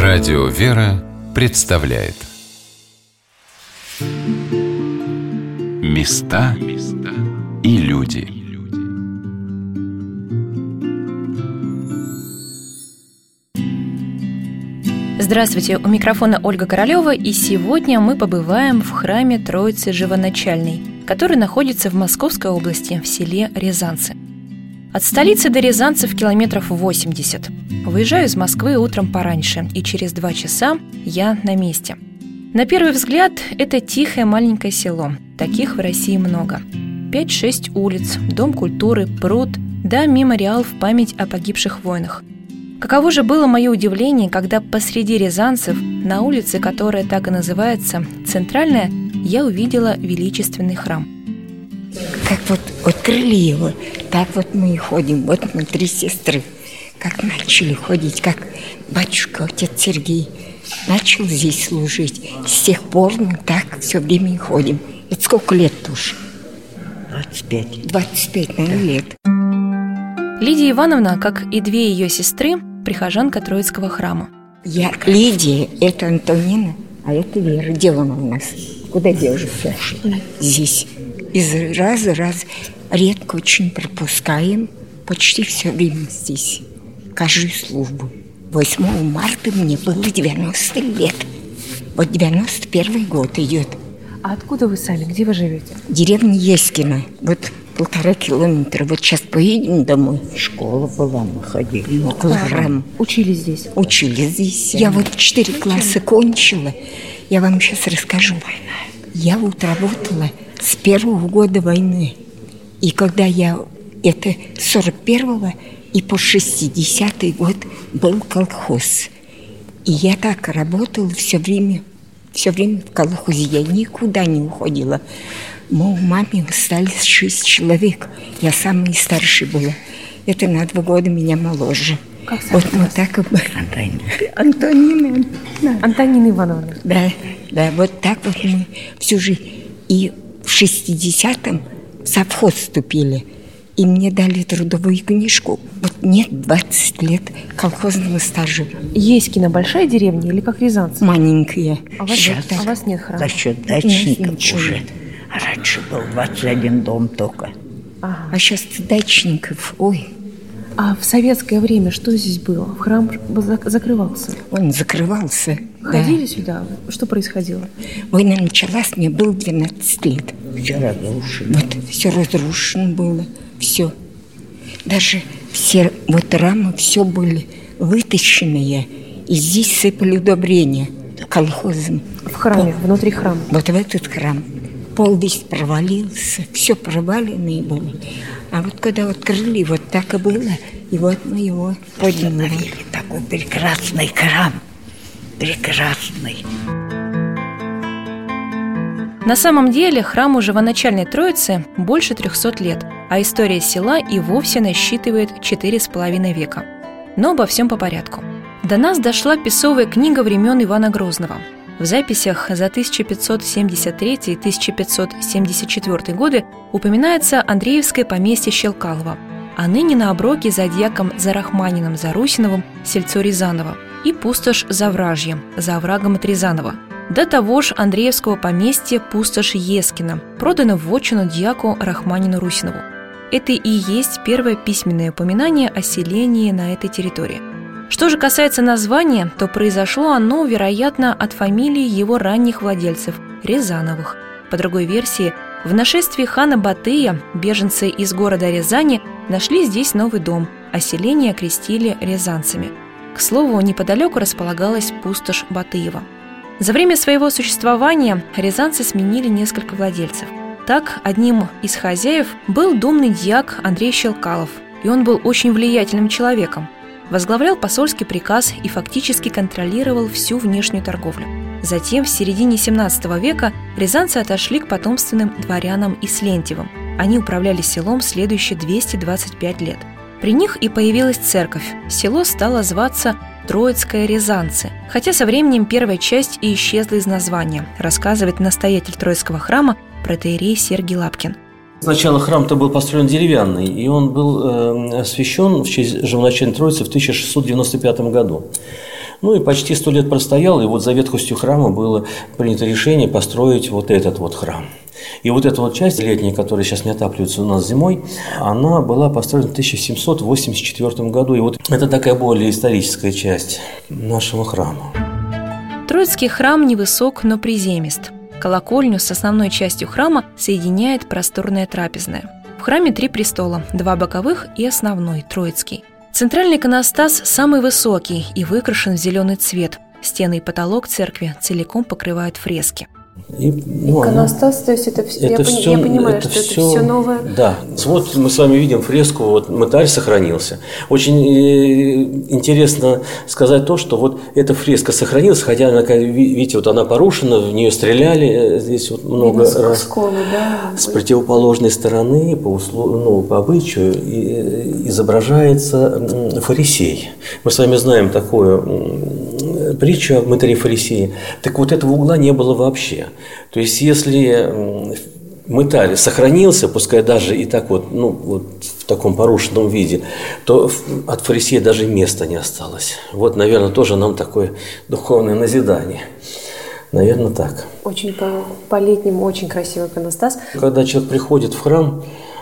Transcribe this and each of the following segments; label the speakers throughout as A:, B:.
A: Радио «Вера» представляет Места и люди.
B: Здравствуйте, у микрофона Ольга Королева, и сегодня мы побываем в храме Троицы Живоначальной, который находится в Московской области, в селе Рязанцы. От столицы до Рязанцев километров 80. Выезжаю из Москвы утром пораньше, и через 2 часа я на месте. На первый взгляд, это тихое маленькое село. Таких в России много. 5-6 улиц, дом культуры, пруд, да мемориал в память о погибших воинах. Каково же было мое удивление, когда посреди Рязанцев, на улице, которая так и называется, Центральная, я увидела величественный храм.
C: Как вот открыли его, так вот мы и ходим. Вот мы 3 сестры. Как начали ходить, как батюшка, отец Сергей, начал здесь служить. С тех пор мы так все время и ходим. Это сколько лет-то уж? 25, наверное, лет.
B: Лидия Ивановна, как и 2 ее сестры, прихожанка Троицкого храма.
C: Я Лидия, это Антонина, а это Вера. Где она у нас? Куда девушка? Здесь. Из раза в раз редко очень пропускаем, почти все время здесь. Каждую службу. 8 марта мне было 90 лет. Вот 91 год идет.
B: А откуда вы сами? Где вы живете?
C: Деревня Ескина. Вот 1,5 километра. Вот сейчас поедем домой.
D: Школа была, мы ходили.
C: Около храма.
B: Учились здесь?
C: Учились здесь. Я вот 4 класса кончила. Я вам сейчас расскажу. Я вот работала с 1-го года войны. И когда я... Это с 41-го и по 60-й год был колхоз. И я так работала все время в колхозе. Я никуда не уходила. Мы у мамы остались 6 человек. Я самая старшая была. Это на 2 года меня моложе.
B: Как
C: вот мы так и были. Антонина. Да.
B: Антонина Ивановна.
C: Да, вот так вот мы всю жизнь. И в 60-м в совхоз вступили. И мне дали трудовую книжку. Вот нет 20 лет колхозного стажа.
B: Ескина большая деревня или как Рязанцы?
C: Маленькая.
B: А у вас нет храма?
D: За счет дачников уже. А раньше был 21 дом только.
B: Ага.
C: А сейчас дачников, ой.
B: А в советское время что здесь было? Храм закрывался?
C: Он закрывался.
B: Ходили сюда? Что происходило?
C: Война началась, мне было 12 лет.
D: Все разрушено.
C: Вот все разрушено было, все. Даже все вот рамы, все были вытащенные. И здесь сыпали удобрения колхозом.
B: В храме, внутри храма?
C: Вот в этот храм. Пол весь провалился, все проваленное было. А вот когда открыли, вот так и было. И вот мы его подняли.
D: Такой прекрасный храм. Прекрасный.
B: На самом деле храму Живоначальной Троицы больше 300 лет, а история села и вовсе насчитывает 4,5 века. Но обо всем по порядку. До нас дошла писовая книга времен Ивана Грозного. В записях за 1573 и 1574 годы упоминается Андреевское поместье Щелкалово, а ныне на оброке за дьяком Зарахманином Зарусиновым сельцо Рязаново и пустошь Завражье за оврагом от Рязанова. До того ж Андреевского поместья пустошь Ескина, продана в вотчину дьяку Рахманину Русинову. Это и есть первое письменное упоминание о селении на этой территории. Что же касается названия, то произошло оно, вероятно, от фамилии его ранних владельцев – Рязановых. По другой версии, в нашествии хана Батыя беженцы из города Рязани нашли здесь новый дом, а селение окрестили рязанцами. К слову, неподалеку располагалась пустошь Батыева. За время своего существования рязанцы сменили несколько владельцев. Так, одним из хозяев был думный дьяк Андрей Щелкалов, и он был очень влиятельным человеком. Возглавлял посольский приказ и фактически контролировал всю внешнюю торговлю. Затем, в середине 17 века, рязанцы отошли к потомственным дворянам Ислентьевым. Они управляли селом следующие 225 лет. При них и появилась церковь. Село стало зваться Троицкое Рязанцы, хотя со временем первая часть и исчезла из названия, рассказывает настоятель Троицкого храма протоиерей Сергий Лапкин.
E: Сначала храм-то был построен деревянный, и он был освящен в честь Живоначальной Троицы в 1695 году. Ну и почти 100 лет простоял, и вот за ветхостью храма было принято решение построить вот этот вот храм. И вот эта вот часть летняя, которая сейчас не отапливается у нас зимой, она была построена в 1784 году. И вот это такая более историческая часть нашего храма.
B: Троицкий храм невысок, но приземист. Колокольню с основной частью храма соединяет просторная трапезная. В храме 3 престола, 2 боковых и основной, Троицкий. Центральный иконостас самый высокий и выкрашен в зеленый цвет. Стены и потолок церкви целиком покрывают фрески.
F: Иконостас, то есть это все, я понимаю, что это все новое.
E: Да, вот мы с вами видим фреску, вот мытарь сохранился. Очень интересно сказать то, что вот эта фреска сохранилась, хотя она, видите, вот она порушена, в нее стреляли здесь вот много раз
F: сколы, да,
E: с противоположной стороны, по обычаю изображается фарисей. Мы с вами знаем такую притчу о мытаре-фарисее. Так вот этого угла не было вообще. То есть, если мытарь сохранился, пускай даже и так вот, вот в таком порушенном виде, то от фарисея даже места не осталось. Вот, наверное, тоже нам такое духовное назидание. Наверное, так.
F: Очень по-летнему очень красивый иконостас.
E: Когда человек приходит в храм,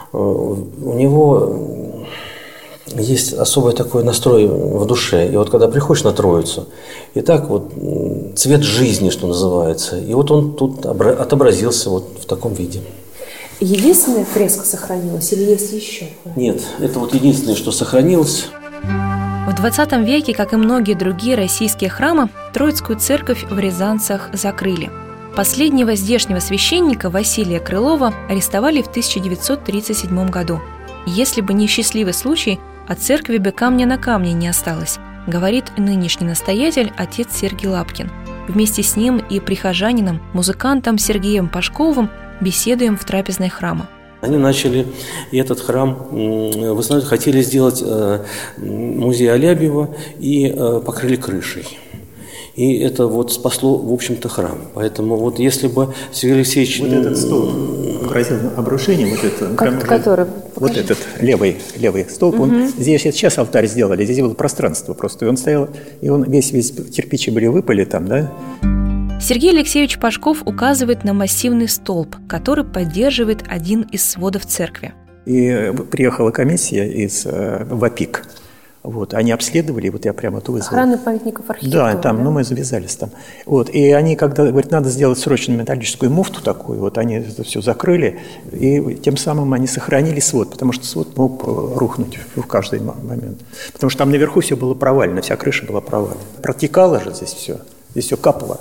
E: у него есть особый такой настрой в душе. И вот когда приходишь на Троицу, и так вот цвет жизни, что называется, и вот он тут отобразился вот в таком виде.
F: Единственная фреска сохранилась или есть еще?
E: Нет, это вот единственное, что сохранилось.
B: В 20 веке, как и многие другие российские храмы, Троицкую церковь в Рязанцах закрыли. Последнего здешнего священника Василия Крылова арестовали в 1937 году. Если бы не счастливый случай, от церкви бы камня на камне не осталось, говорит нынешний настоятель, отец Сергий Лапкин. Вместе с ним и прихожанином, музыкантом Сергеем Пашковым беседуем в трапезной храма.
E: Они начали этот храм, в основном хотели сделать музей Алябьева и покрыли крышей. И это вот спасло, в общем-то, храм. Поэтому вот если бы Сергей Алексеевич...
G: Вот этот столб грозил обрушением,
F: который?
G: Вот этот левый столб, здесь сейчас алтарь сделали, здесь было пространство просто. И он стоял, и он весь кирпичи были выпали там, да?
B: Сергей Алексеевич Пашков указывает на массивный столб, который поддерживает один из сводов церкви.
G: И приехала комиссия из ВАПИК. Вот, они обследовали, вот я прямо это вызвал.
F: Охраны памятников архитектуры.
G: Да, там, мы завязались там. Вот, и они, когда говорят, надо сделать срочно металлическую муфту такую, вот они это все закрыли, и тем самым они сохранили свод, потому что свод мог рухнуть в каждый момент. Потому что там наверху все было провалено, вся крыша была провалена. Протекало же здесь все капало.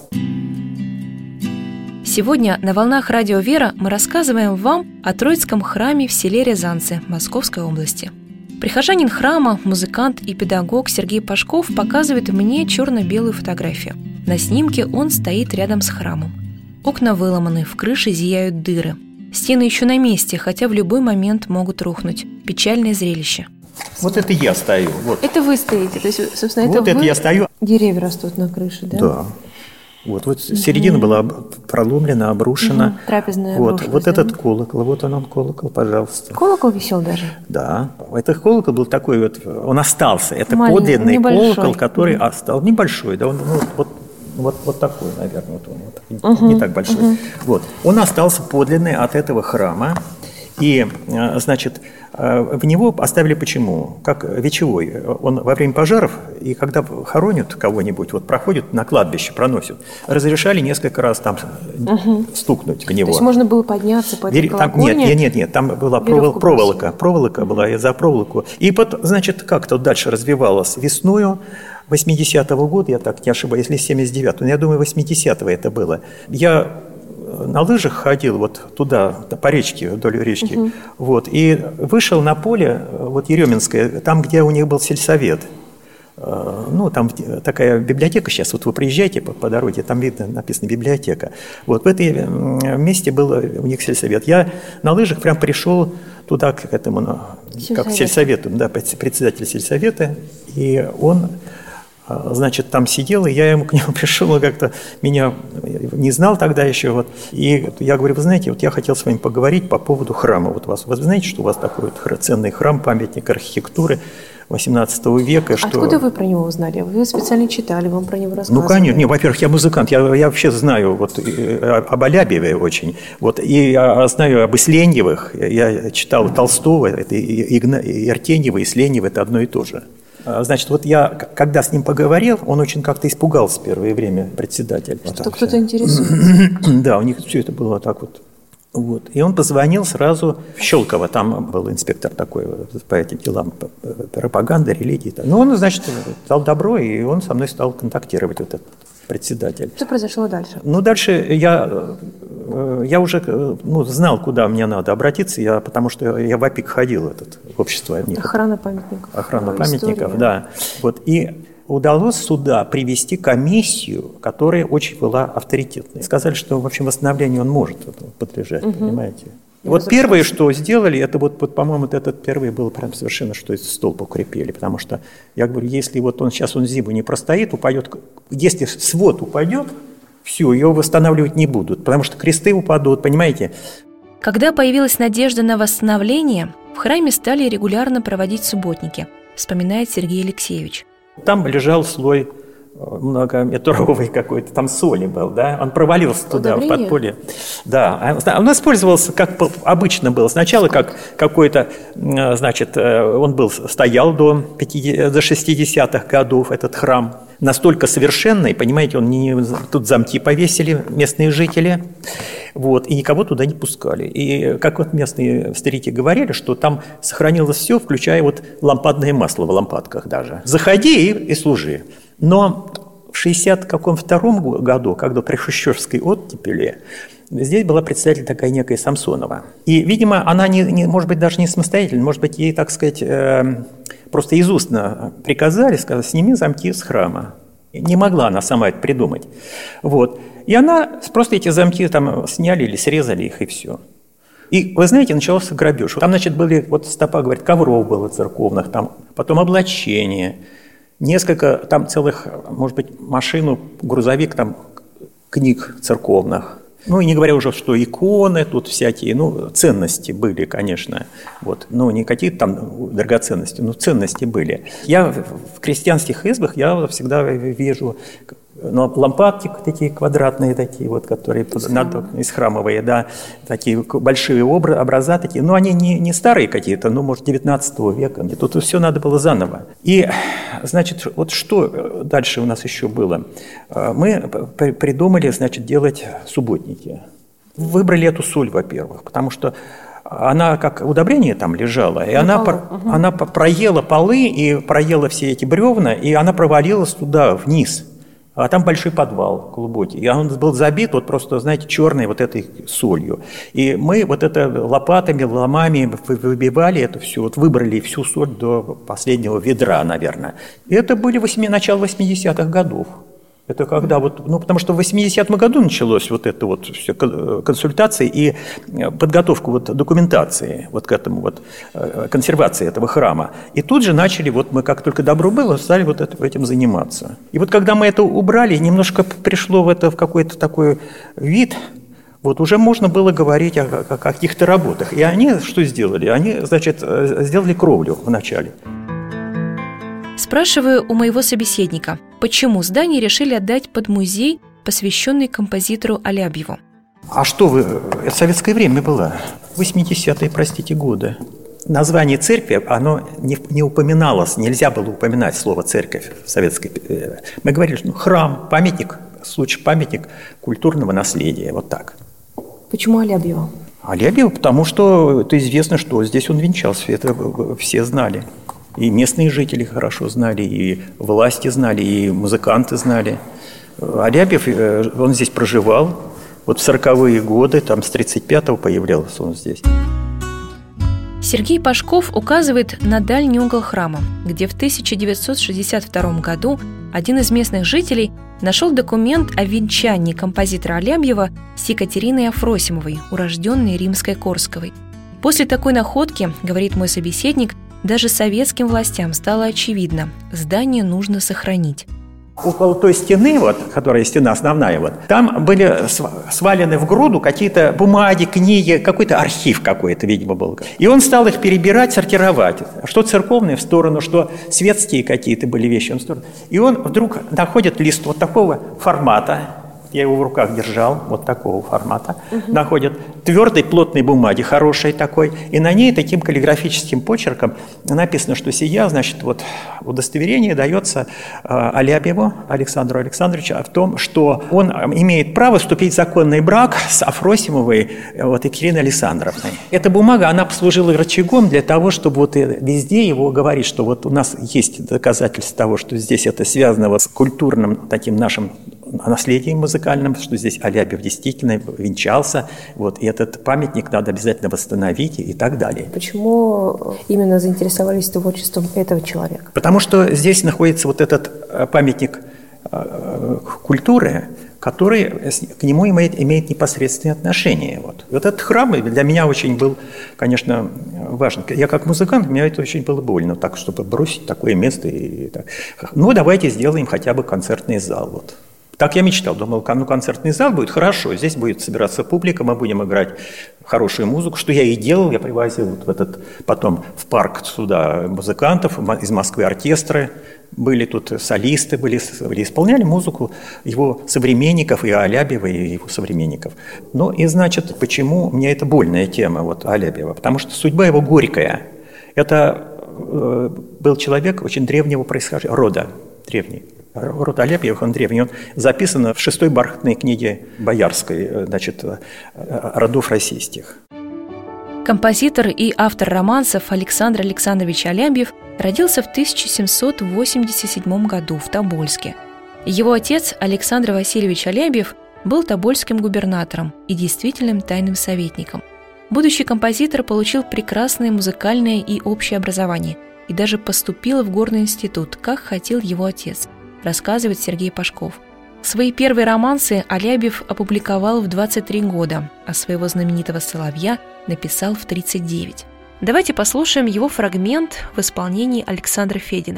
B: Сегодня на «Волнах Радио Вера» мы рассказываем вам о Троицком храме в селе Рязанцы Московской области. Прихожанин храма, музыкант и педагог Сергей Пашков показывает мне черно-белую фотографию. На снимке он стоит рядом с храмом. Окна выломаны, в крыше зияют дыры. Стены еще на месте, хотя в любой момент могут рухнуть. Печальное зрелище.
G: Вот это я стою. Вот.
F: Это вы стоите? То есть, собственно,
G: вот это я стою.
F: Деревья растут на крыше, да?
G: Да. Вот середина была проломлена, обрушена.
F: Трапезная
G: вот,
F: обрушилась,
G: вот
F: да?
G: этот колокол, вот он колокол, пожалуйста.
F: Колокол висел даже?
G: Да. Этот колокол был такой вот, он остался. Это
F: маленький,
G: подлинный
F: небольшой.
G: колокол, который остался. Небольшой, да, он вот такой, наверное, не так большой. Вот. Он остался подлинный от этого храма. И, значит, в него оставили почему? Как вечевой. Он во время пожаров, и когда хоронят кого-нибудь, вот проходят на кладбище, проносят, разрешали несколько раз там стукнуть в него.
F: То есть можно было подняться по этой колокольне?
G: Нет, там была проволока. Проволока была, я за проволоку. И значит, как-то дальше развивалось весною 80-го года, я так не ошибаюсь, если 79-го, я думаю, 80-го это было. Я на лыжах ходил вот туда, по речке, вдоль речки, вот, и вышел на поле, вот Еременское, там, где у них был сельсовет. Ну, там такая библиотека сейчас, вот вы приезжаете по дороге, там видно, написано библиотека. Вот в этом месте был у них сельсовет. Я на лыжах прям пришел туда, к этому, как к сельсовету, да, председатель сельсовета, и он... Значит, там сидел, и я к нему пришел, как-то меня не знал тогда еще. Вот, и я говорю, вы знаете, вот я хотел с вами поговорить по поводу храма. Вот вы знаете, что у вас такой вот ценный храм, памятник архитектуры. XVIII века. Что...
F: Откуда вы про него узнали? Вы специально читали, вам про него рассказывали?
G: Ну, конечно. Не, во-первых, я музыкант. Я вообще знаю вот, об Алябьеве очень. Вот, и я знаю об Исленьевых. Я читал Толстого, это и Артеньева, и Исленьева – это одно и то же. Значит, вот я, когда с ним поговорил, он очень как-то испугался первое время, председатель.
F: Что кто-то интересуется.
G: Да, у них все это было так вот. Вот. И он позвонил сразу в Щелково, там был инспектор такой по этим делам, пропаганды, религии. Ну, он, значит, дал добро, и он со мной стал контактировать, вот этот председатель.
F: Что произошло дальше?
G: Ну, дальше я уже знал, куда мне надо обратиться, потому что я в АПИК ходил, в общество.
F: Охрана памятников.
G: Охрана памятников, да. Вот. И удалось сюда привести комиссию, которая очень была авторитетной. Сказали, что, в общем, восстановлению он может подлежать, понимаете. Вот первое, что сделали, это вот, по-моему, этот первый был прям совершенно, что столб укрепили, потому что, я говорю, если вот он сейчас зиму не простоит, упадет, если свод упадет, все, ее восстанавливать не будут, потому что кресты упадут, понимаете.
B: Когда появилась надежда на восстановление, в храме стали регулярно проводить субботники, вспоминает Сергей Алексеевич.
G: Там лежал слой многометровый какой-то, там соли был, да, он провалился туда, в подполье. Да, он использовался, как обычно было, сначала как какой-то, значит, он стоял до 60-х годов, этот храм, настолько совершенный, понимаете, тут замки повесили местные жители, вот, и никого туда не пускали. И как вот местные старики говорили, что там сохранилось все, включая вот лампадное масло в лампадках даже. Заходи и служи. Но в 1962 году, когда при хрущевской оттепели, здесь была председатель такая некая Самсонова. И, видимо, она, может быть, даже не самостоятельно, может быть, ей, так сказать, просто из устно приказали, сказали, сними замки с храма. Не могла она сама это придумать. Вот. И она просто эти замки там сняли или срезали их, и все. И, вы знаете, начался грабеж. Там, значит, были, вот Стопа говорит, ковров было церковных, там, потом облачение, несколько, там целых, может быть, машину, грузовик там книг церковных. Ну, и не говоря уже, что иконы тут всякие, ценности были, конечно. Вот. Не какие-то там драгоценности, но ценности были. Я в крестьянских избах я всегда вижу лампадки такие квадратные, такие вот, которые из храмовые, да, такие большие образа такие. Но они не старые какие-то, может, 19 века. И тут все надо было заново. И, значит, вот что дальше у нас еще было? Мы придумали, значит, делать субботники. Выбрали эту соль, во-первых, потому что она как удобрение там лежала, и она проела полы и проела все эти бревна, и она провалилась туда, вниз. А там большой подвал глубокий. И он был забит вот просто, знаете, черной вот этой солью. И мы вот это лопатами, ломами выбивали это все, вот выбрали всю соль до последнего ведра, наверное. И это были начало 80-х годов. Это когда вот, потому что в 80-м году началось вот это вот все консультации и подготовку вот документации вот к этому вот консервации этого храма. И тут же начали, вот мы как только добро было, стали вот этим заниматься. И вот когда мы это убрали, немножко пришло в какой-то такой вид, вот уже можно было говорить о каких-то работах. И они что сделали? Они, значит, сделали кровлю вначале.
B: Спрашиваю у моего собеседника, почему здание решили отдать под музей, посвященный композитору Алябьеву.
G: А что вы, это советское время было, 80-е, простите, годы. Название церкви, оно не упоминалось, нельзя было упоминать слово «церковь» в советской. Мы говорили, что храм, памятник, в случае памятник культурного наследия, вот так.
F: Почему Алябьева?
G: Алябьева, потому что это известно, что здесь он венчался, это все знали. И местные жители хорошо знали, и власти знали, и музыканты знали. Алябьев, он здесь проживал. Вот в 40-е годы, там с 35-го появлялся он здесь.
B: Сергей Пашков указывает на дальний угол храма, где в 1962 году один из местных жителей нашел документ о венчании композитора Алябьева с Екатериной Афросимовой, урожденной Римской-Корсковой. После такой находки, говорит мой собеседник, даже советским властям стало очевидно – здание нужно сохранить.
G: Около той стены, вот, которая стена основная, вот, там были свалены в груду какие-то бумаги, книги, какой-то архив какой-то, видимо, был. И он стал их перебирать, сортировать. Что церковные в сторону, что светские какие-то были вещи в сторону. И он вдруг находит лист вот такого формата, я его в руках держал, вот такого формата, находит твердой, плотной бумаги, хорошей такой, и на ней таким каллиграфическим почерком написано, что сия, значит, вот удостоверение дается Алябьеву Александру Александровичу в том, что он имеет право вступить в законный брак с Афросимовой вот, Екатериной Александровной. Эта бумага, она послужила рычагом для того, чтобы вот везде его говорить, что вот у нас есть доказательства того, что здесь это связано вот с культурным таким нашим наследием музыкальным, что здесь Алябьев действительно венчался, вот, и этот памятник надо обязательно восстановить и так далее.
F: Почему именно заинтересовались творчеством этого человека?
G: Потому что здесь находится вот этот памятник культуры, который к нему имеет непосредственное отношение. Вот этот храм для меня очень был, конечно, важен. Я как музыкант, мне это очень было больно, так, чтобы бросить такое место. Ну, давайте сделаем хотя бы концертный зал. Вот. Так я мечтал, думал, ну концертный зал будет хорошо, здесь будет собираться публика, мы будем играть хорошую музыку, что я и делал, я привозил вот в этот, потом в парк сюда музыкантов, из Москвы оркестры, были тут солисты, были исполняли музыку его современников, и Алябьева, и его современников. Ну и значит, почему мне это больная тема, вот Алябьева, потому что судьба его горькая, это был человек очень древнего происхождения, рода древний. Род Алябьевых, он древний, он записан в 6-й бархатной книге Боярской, значит, родов российских.
B: Композитор и автор романсов Александр Александрович Алябьев родился в 1787 году в Тобольске. Его отец Александр Васильевич Алябьев был тобольским губернатором и действительным тайным советником. Будущий композитор получил прекрасное музыкальное и общее образование и даже поступил в горный институт, как хотел его отец, рассказывает Сергей Пашков. Свои первые романсы Алябьев опубликовал в 23 года, а своего знаменитого «Соловья» написал в 39. Давайте послушаем его фрагмент в исполнении Александра Федина.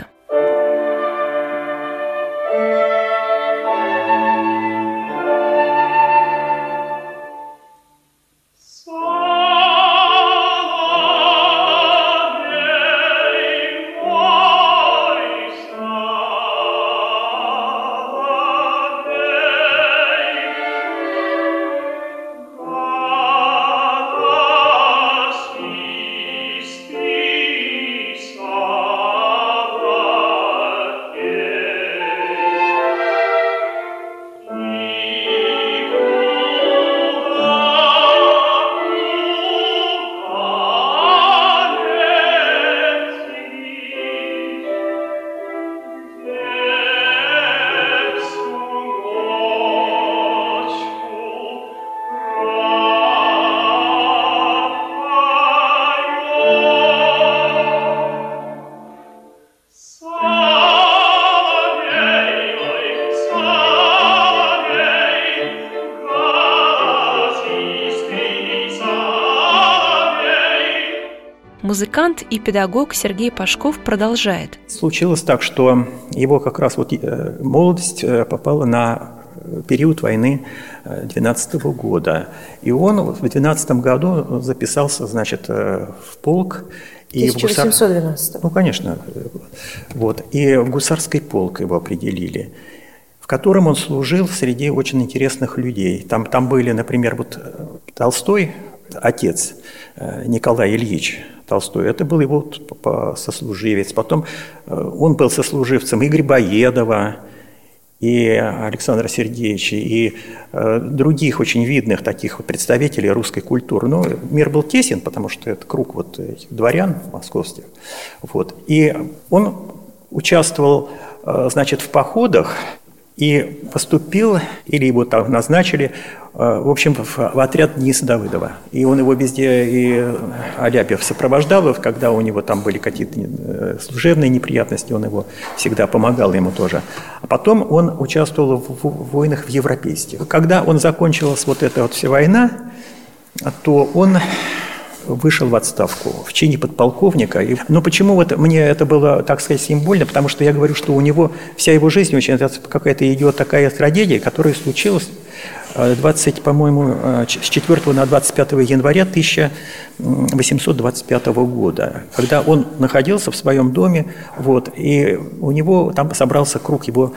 B: Музыкант и педагог Сергей Пашков продолжает.
G: Случилось так, что его как раз вот молодость попала на период войны 12 года. И он в 12 году записался, значит, в полк.
F: 1812.
G: Ну, конечно. Вот. И в гусарский полк его определили, в котором он служил среди очень интересных людей. Там были, например, вот Толстой, отец Николай Ильич Толстой, это был его сослуживец. Потом он был сослуживцем и Грибоедова, и Александра Сергеевича, и других очень видных таких представителей русской культуры. Но мир был тесен, потому что это круг вот этих дворян московских. Вот. И он участвовал, значит, в походах и поступил, или его там назначили, в общем, в отряд Дениса Давыдова. И он его везде, и Алябьев сопровождал, когда у него там были какие-то служебные неприятности, он его всегда помогал ему тоже. А потом он участвовал в войнах в европейских. Когда он закончилась вот эта вот вся война, то он вышел в отставку в чине подполковника. Но почему вот мне это было, так сказать, символьно? Потому что я говорю, что у него вся его жизнь очень какая-то идет такая трагедия, которая случилась 24 на 25 января 1825 года, когда он находился в своем доме, вот, и у него там собрался круг его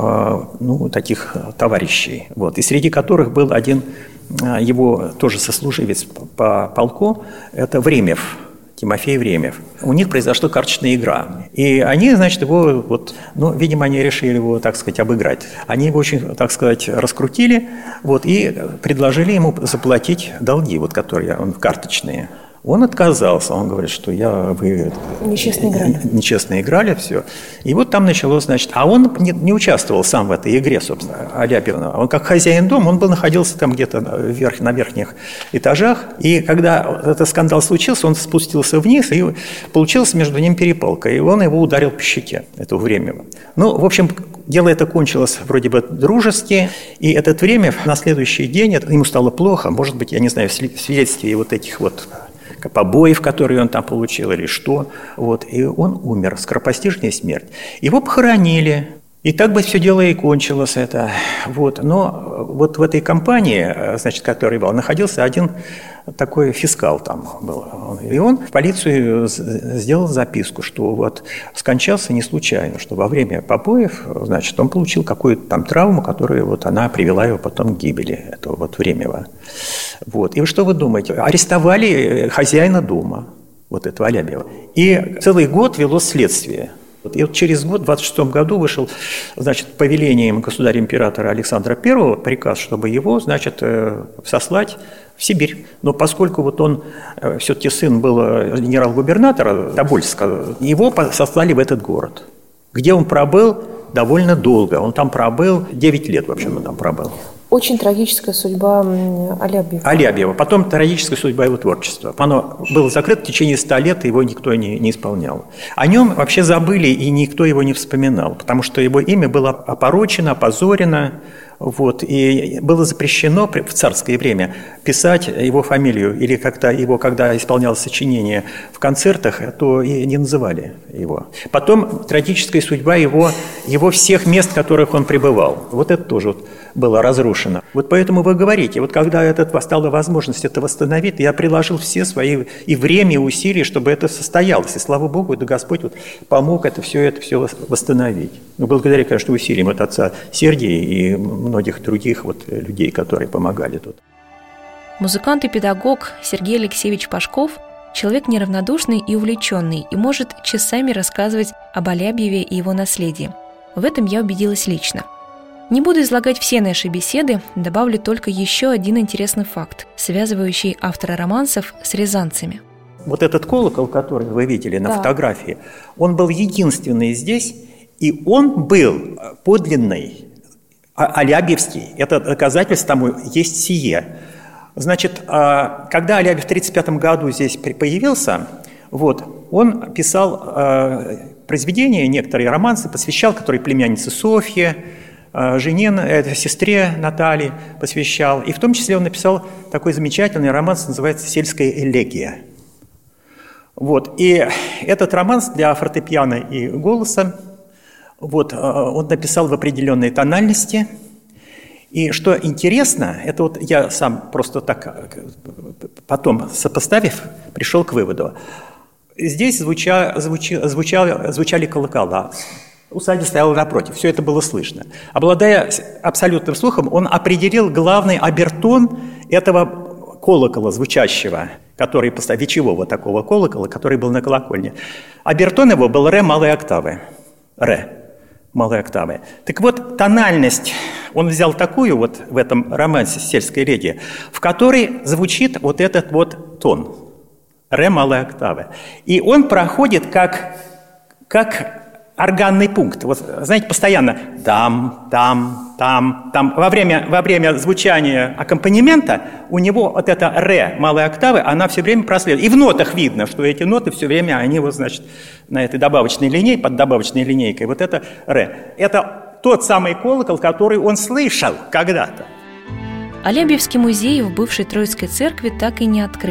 G: таких товарищей, вот, и среди которых был один его тоже сослуживец по полку, это Времев. Тимофей Времев. У них произошла карточная игра. И они, значит, его, видимо, они решили его, так сказать, обыграть. Они его очень, так сказать, раскрутили, и предложили ему заплатить долги, которые он карточные. Он отказался, он говорит, что вы нечестно играли, все. И вот там началось, значит, а он не участвовал сам в этой игре, собственно, Алябьев. Он как хозяин дома, он находился там где-то на верхних этажах, и когда этот скандал случился, он спустился вниз, и получилась между ними перепалка, и он его ударил по щеке, этого Времева. В общем, дело это кончилось вроде бы дружески, и этот Времев на следующий день, ему стало плохо, может быть, я не знаю, вследствие этих побоев, которые он там получил, или что. И он умер, скоропостижная смерть. Его похоронили, и так бы все дело и кончилось это. Но в этой компании, значит, который был, находился один такой фискал там был. И он в полицию сделал записку, что скончался не случайно, что во время побоев, значит, он получил какую-то там травму, которая она привела его потом к гибели, этого Времева. И что вы думаете? Арестовали хозяина дома, этого Алябьева. И целый год велось следствие. И через год, в 26 году, вышел, значит, повелением государя-императора Александра I приказ, чтобы его, значит, сослать в Сибирь. Но поскольку он, все-таки сын был генерал-губернатора Тобольска, его сослали в этот город, где он пробыл довольно долго. Он там пробыл 9 лет, в общем, он там пробыл.
F: Очень трагическая судьба
G: Алябьева. Потом трагическая судьба его творчества. Оно было закрыто в течение 100 лет, его никто не исполнял. О нем вообще забыли, и никто его не вспоминал, потому что его имя было опорочено, опозорено. И было запрещено в царское время писать его фамилию, или как-то его, когда исполнялось сочинение в концертах, то и не называли его. Потом трагическая судьба его всех мест, в которых он пребывал. Это тоже было разрушено. Поэтому вы говорите, когда стала возможность это восстановить, я приложил все свои и время, и усилия, чтобы это состоялось. И слава Богу, Господь помог это все восстановить. Благодаря, конечно, усилиям отца Сергия и многих других людей, которые помогали тут.
B: Музыкант и педагог Сергей Алексеевич Пашков – человек неравнодушный и увлеченный, и может часами рассказывать об Алябьеве и его наследии. В этом я убедилась лично. Не буду излагать все наши беседы, добавлю только еще один интересный факт, связывающий автора романсов с рязанцами.
G: Этот колокол, который вы видели на фотографии, он был единственный здесь, и он был подлинный, алябьевский. Это доказательство тому есть сие. Значит, когда Алябьев в 1935 году здесь появился, он писал произведения, некоторые романсы, посвящал, которые племяннице Софье, жене, сестре Наталье посвящал. И в том числе он написал такой замечательный романс, называется «Сельская элегия». И этот романс для фортепиано и голоса он написал в определенной тональности. И что интересно, это я сам просто так, потом сопоставив, пришел к выводу. Здесь звучали колокола. Усадьба стояла напротив, все это было слышно. Обладая абсолютным слухом, он определил главный обертон этого колокола звучащего, который вечевого такого колокола, который был на колокольне. Обертон его был ре малой октавы. Ре малой октавы. Так тональность он взял такую в этом романсе «Сельская элегия», в которой звучит этот тон ре малой октавы. И он проходит как органный пункт. Знаете, постоянно там. Во время звучания аккомпанемента у него эта ре малой октавы, она все время прослеживает. И в нотах видно, что эти ноты все время, они значит, на этой добавочной линейке, под добавочной линейкой, это ре. Это тот самый колокол, который он слышал когда-то.
B: Алябьевский музей в бывшей Троицкой церкви так и не открыли.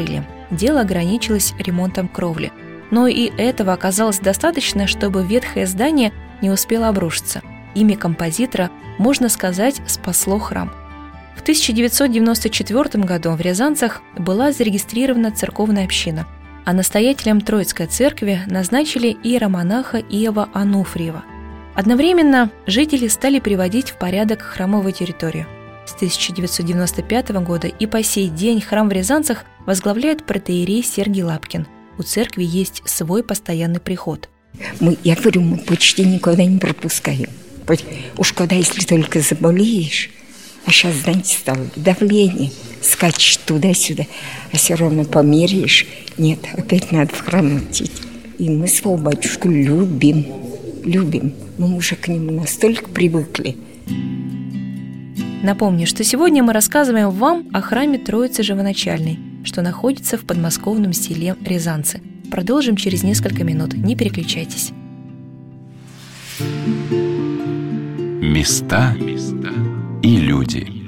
B: дело ограничилось ремонтом кровли. Но и этого оказалось достаточно, чтобы ветхое здание не успело обрушиться. Имя композитора, можно сказать, спасло храм. В 1994 году в Рязанцах была зарегистрирована церковная община, а настоятелем Троицкой церкви назначили иеромонаха Иова Ануфриева. Одновременно жители стали приводить в порядок храмовую территорию. С 1995 года и по сей день храм в Рязанцах возглавляет протоиерей Сергий Лапкин. У церкви есть свой постоянный приход.
C: Я говорю, мы почти никогда не пропускаем. Уж когда, если только заболеешь, а сейчас, знаете, стало давление, скачет туда-сюда, а все равно померяешь. Нет, опять надо в храм идти. И мы своего батюшку любим. Мы уже к нему настолько привыкли.
B: Напомню, что сегодня мы рассказываем вам о храме Троицы Живоначальной, что находится в подмосковном селе Рязанцы. Продолжим через несколько минут. Не переключайтесь.
A: Места и люди.